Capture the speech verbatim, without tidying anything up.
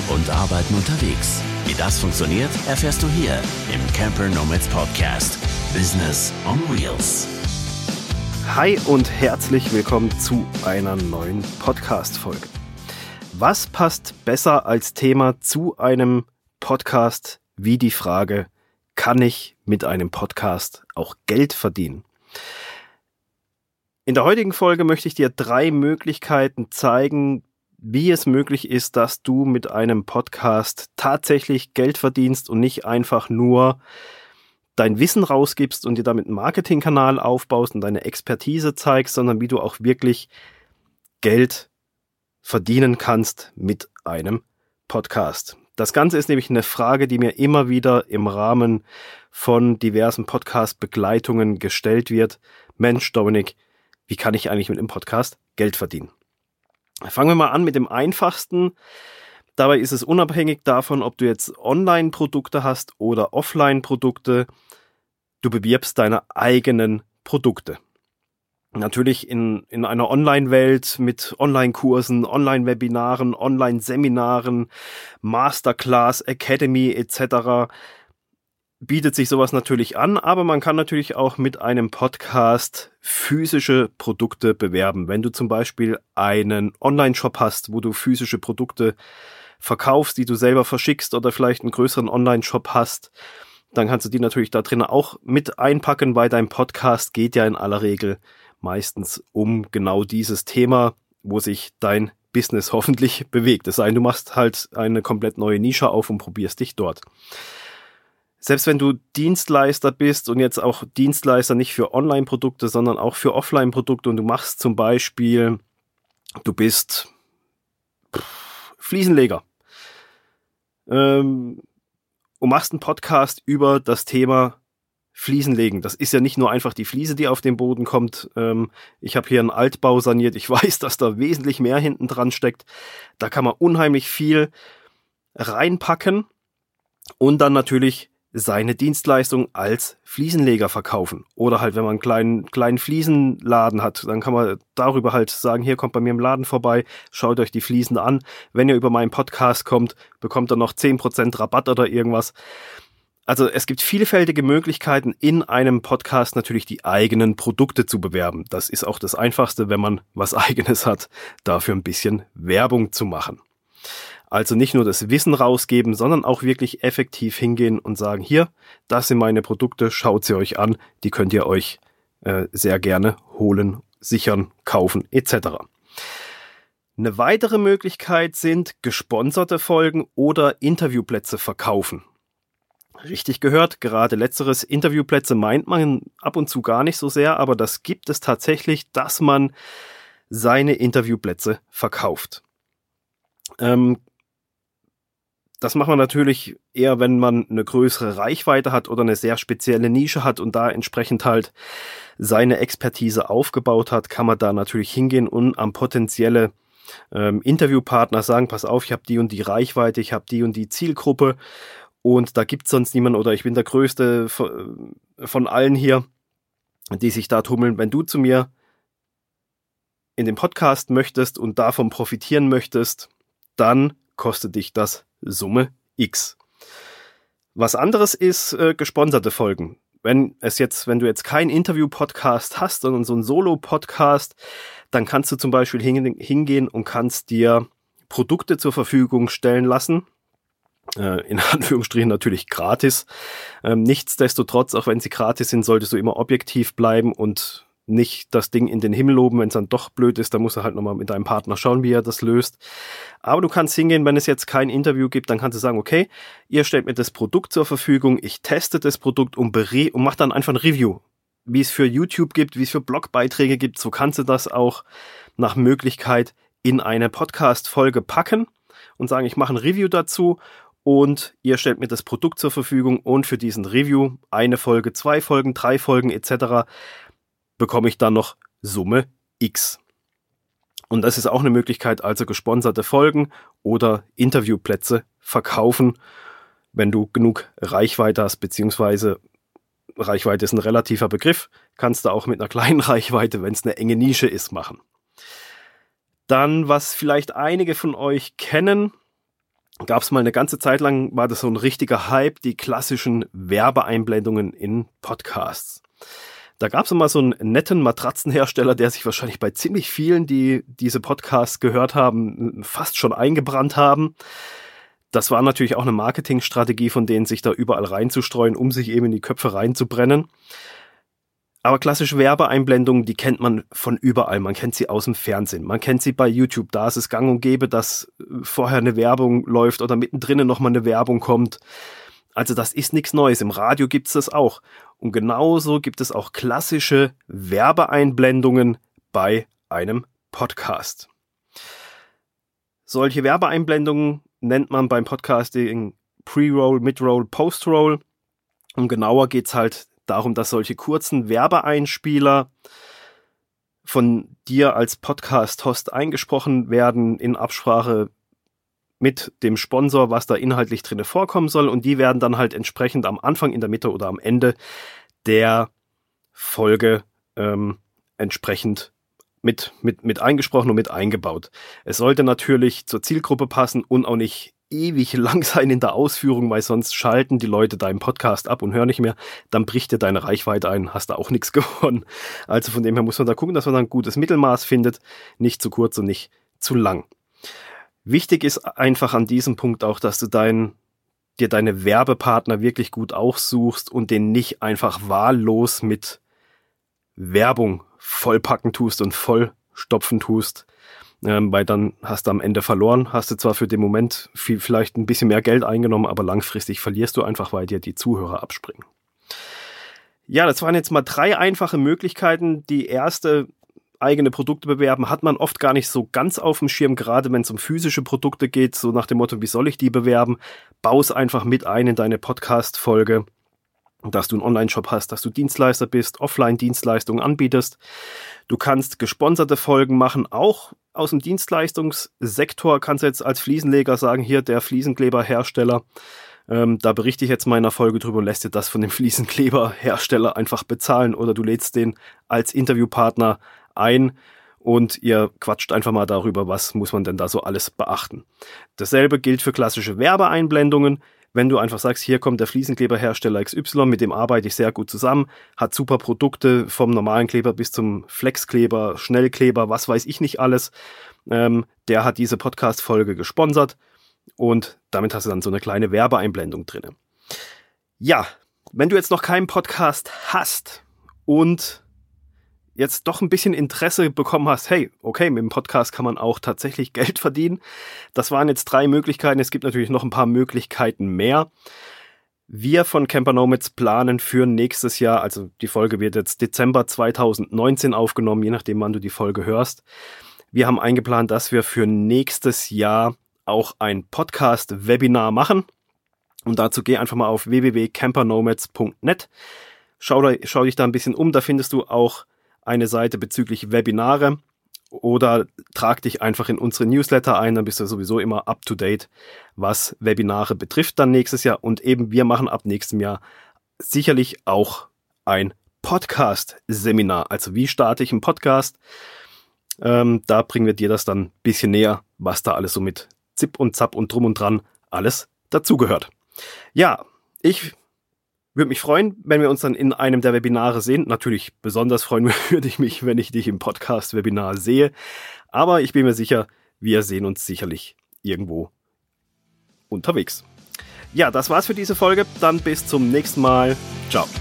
und Arbeiten unterwegs. Wie das funktioniert, erfährst du hier im Camper Nomads Podcast. Business on Wheels. Hi und herzlich willkommen zu einer neuen Podcast-Folge. Was passt besser als Thema zu einem Podcast wie die Frage, kann ich mit einem Podcast auch Geld verdienen? In der heutigen Folge möchte ich dir drei Möglichkeiten zeigen, wie es möglich ist, dass du mit einem Podcast tatsächlich Geld verdienst und nicht einfach nur dein Wissen rausgibst und dir damit einen Marketingkanal aufbaust und deine Expertise zeigst, sondern wie du auch wirklich Geld verdienen kannst mit einem Podcast. Das Ganze ist nämlich eine Frage, die mir immer wieder im Rahmen von diversen Podcast-Begleitungen gestellt wird. Mensch, Dominik, wie kann ich eigentlich mit einem Podcast Geld verdienen? Fangen wir mal an mit dem einfachsten. Dabei ist es unabhängig davon, ob du jetzt Online-Produkte hast oder Offline-Produkte. Du bewirbst deine eigenen Produkte. Natürlich in, in einer Online-Welt mit Online-Kursen, Online-Webinaren, Online-Seminaren, Masterclass, Academy et cetera bietet sich sowas natürlich an, aber man kann natürlich auch mit einem Podcast physische Produkte bewerben. Wenn du zum Beispiel einen Online-Shop hast, wo du physische Produkte verkaufst, die du selber verschickst oder vielleicht einen größeren Online-Shop hast, dann kannst du die natürlich da drin auch mit einpacken, weil dein Podcast geht ja in aller Regel meistens um genau dieses Thema, wo sich dein Business hoffentlich bewegt. Es sei denn, du machst halt eine komplett neue Nische auf und probierst dich dort. Selbst wenn du Dienstleister bist und jetzt auch Dienstleister nicht für Online-Produkte, sondern auch für Offline-Produkte und du machst zum Beispiel, du bist Fliesenleger ähm, und machst einen Podcast über das Thema Fliesenlegen. Das ist ja nicht nur einfach die Fliese, die auf den Boden kommt. Ähm, ich habe hier einen Altbau saniert. Ich weiß, dass da wesentlich mehr hinten dran steckt. Da kann man unheimlich viel reinpacken und dann natürlich seine Dienstleistung als Fliesenleger verkaufen. Oder halt, wenn man einen kleinen, kleinen Fliesenladen hat, dann kann man darüber halt sagen, hier kommt bei mir im Laden vorbei, schaut euch die Fliesen an. Wenn ihr über meinen Podcast kommt, bekommt ihr noch zehn Prozent Rabatt oder irgendwas. Also es gibt vielfältige Möglichkeiten, in einem Podcast natürlich die eigenen Produkte zu bewerben. Das ist auch das Einfachste, wenn man was Eigenes hat, dafür ein bisschen Werbung zu machen. Also nicht nur das Wissen rausgeben, sondern auch wirklich effektiv hingehen und sagen, hier, das sind meine Produkte, schaut sie euch an, die könnt ihr euch äh, sehr gerne holen, sichern, kaufen et cetera. Eine weitere Möglichkeit sind gesponserte Folgen oder Interviewplätze verkaufen. Richtig gehört, gerade letzteres, Interviewplätze meint man ab und zu gar nicht so sehr, aber das gibt es tatsächlich, dass man seine Interviewplätze verkauft. Ähm, Das macht man natürlich eher, wenn man eine größere Reichweite hat oder eine sehr spezielle Nische hat und da entsprechend halt seine Expertise aufgebaut hat, kann man da natürlich hingehen und am potenzielle ähm, Interviewpartner sagen, pass auf, ich habe die und die Reichweite, ich habe die und die Zielgruppe und da gibt es sonst niemanden oder ich bin der Größte von, von allen hier, die sich da tummeln. Wenn du zu mir in den Podcast möchtest und davon profitieren möchtest, dann kostet dich das Summe X. Was anderes ist äh, gesponserte Folgen. Wenn es jetzt, wenn du jetzt keinen Interview-Podcast hast, sondern so einen Solo-Podcast, dann kannst du zum Beispiel hingehen und kannst dir Produkte zur Verfügung stellen lassen. Äh, in Anführungsstrichen natürlich gratis. Ähm, nichtsdestotrotz, auch wenn sie gratis sind, solltest du immer objektiv bleiben und nicht das Ding in den Himmel loben. Wenn es dann doch blöd ist, dann musst du halt nochmal mit deinem Partner schauen, wie er das löst. Aber du kannst hingehen, wenn es jetzt kein Interview gibt, dann kannst du sagen, okay, ihr stellt mir das Produkt zur Verfügung, ich teste das Produkt und, bere- und mach dann einfach ein Review. Wie es für YouTube gibt, wie es für Blogbeiträge gibt, so kannst du das auch nach Möglichkeit in eine Podcast-Folge packen und sagen, ich mache ein Review dazu und ihr stellt mir das Produkt zur Verfügung und für diesen Review eine Folge, zwei Folgen, drei Folgen et cetera bekomme ich dann noch Summe X. Und das ist auch eine Möglichkeit, also gesponserte Folgen oder Interviewplätze verkaufen, wenn du genug Reichweite hast, beziehungsweise Reichweite ist ein relativer Begriff, kannst du auch mit einer kleinen Reichweite, wenn es eine enge Nische ist, machen. Dann, was vielleicht einige von euch kennen, gab es mal eine ganze Zeit lang, war das so ein richtiger Hype, die klassischen Werbeeinblendungen in Podcasts. Da gab es immer so einen netten Matratzenhersteller, der sich wahrscheinlich bei ziemlich vielen, die diese Podcasts gehört haben, fast schon eingebrannt haben. Das war natürlich auch eine Marketingstrategie von denen, sich da überall reinzustreuen, um sich eben in die Köpfe reinzubrennen. Aber klassische Werbeeinblendungen, die kennt man von überall. Man kennt sie aus dem Fernsehen, man kennt sie bei YouTube. Da ist es gang und gäbe, dass vorher eine Werbung läuft oder mittendrin nochmal eine Werbung kommt. Also das ist nichts Neues. Im Radio gibt es das auch. Und genauso gibt es auch klassische Werbeeinblendungen bei einem Podcast. Solche Werbeeinblendungen nennt man beim Podcasting Pre-Roll, Mid-Roll, Post-Roll. Und genauer geht's halt darum, dass solche kurzen Werbeeinspieler von dir als Podcast-Host eingesprochen werden in Absprache mit dem Sponsor, was da inhaltlich drinne vorkommen soll, und die werden dann halt entsprechend am Anfang, in der Mitte oder am Ende der Folge ähm, entsprechend mit, mit, mit eingesprochen und mit eingebaut. Es sollte natürlich zur Zielgruppe passen und auch nicht ewig lang sein in der Ausführung, weil sonst schalten die Leute deinen Podcast ab und hören nicht mehr, dann bricht dir deine Reichweite ein, hast da auch nichts gewonnen. Also von dem her muss man da gucken, dass man da ein gutes Mittelmaß findet, nicht zu kurz und nicht zu lang. Wichtig ist einfach an diesem Punkt auch, dass du dein, dir deine Werbepartner wirklich gut aussuchst und den nicht einfach wahllos mit Werbung vollpacken tust und vollstopfen tust, ähm, weil dann hast du am Ende verloren, hast du zwar für den Moment viel, vielleicht ein bisschen mehr Geld eingenommen, aber langfristig verlierst du einfach, weil dir die Zuhörer abspringen. Ja, das waren jetzt mal drei einfache Möglichkeiten. Die erste, eigene Produkte bewerben, hat man oft gar nicht so ganz auf dem Schirm, gerade wenn es um physische Produkte geht, so nach dem Motto, wie soll ich die bewerben? Bau's einfach mit ein in deine Podcast-Folge, dass du einen Online-Shop hast, dass du Dienstleister bist, Offline-Dienstleistungen anbietest. Du kannst gesponserte Folgen machen, auch aus dem Dienstleistungssektor. Kannst du jetzt als Fliesenleger sagen, hier der Fliesenkleberhersteller, ähm, da berichte ich jetzt mal in einer Folge drüber und lässt dir das von dem Fliesenkleberhersteller einfach bezahlen, oder du lädst den als Interviewpartner ein und ihr quatscht einfach mal darüber, was muss man denn da so alles beachten. Dasselbe gilt für klassische Werbeeinblendungen. Wenn du einfach sagst, hier kommt der Fliesenkleberhersteller X Y, mit dem arbeite ich sehr gut zusammen, hat super Produkte vom normalen Kleber bis zum Flexkleber, Schnellkleber, was weiß ich nicht alles. Ähm, der hat diese Podcast-Folge gesponsert und damit hast du dann so eine kleine Werbeeinblendung drin. Ja, wenn du jetzt noch keinen Podcast hast und jetzt doch ein bisschen Interesse bekommen hast, hey, okay, mit dem Podcast kann man auch tatsächlich Geld verdienen. Das waren jetzt drei Möglichkeiten. Es gibt natürlich noch ein paar Möglichkeiten mehr. Wir von Camper Nomads planen für nächstes Jahr, also die Folge wird jetzt Dezember zweitausendneunzehn aufgenommen, je nachdem, wann du die Folge hörst. Wir haben eingeplant, dass wir für nächstes Jahr auch ein Podcast-Webinar machen. Und dazu geh einfach mal auf w w w punkt camper nomads punkt net. Schau, da, schau dich da ein bisschen um, da findest du auch eine Seite bezüglich Webinare, oder trag dich einfach in unsere Newsletter ein, dann bist du sowieso immer up to date, was Webinare betrifft dann nächstes Jahr. Und eben wir machen ab nächstem Jahr sicherlich auch ein Podcast-Seminar. Also wie starte ich einen Podcast? Ähm, da bringen wir dir das dann ein bisschen näher, was da alles so mit Zip und Zap und drum und dran alles dazugehört. Ja, ich würde mich freuen, wenn wir uns dann in einem der Webinare sehen. Natürlich besonders freuen würde ich mich, wenn ich dich im Podcast-Webinar sehe. Aber ich bin mir sicher, wir sehen uns sicherlich irgendwo unterwegs. Ja, das war's für diese Folge. Dann bis zum nächsten Mal. Ciao.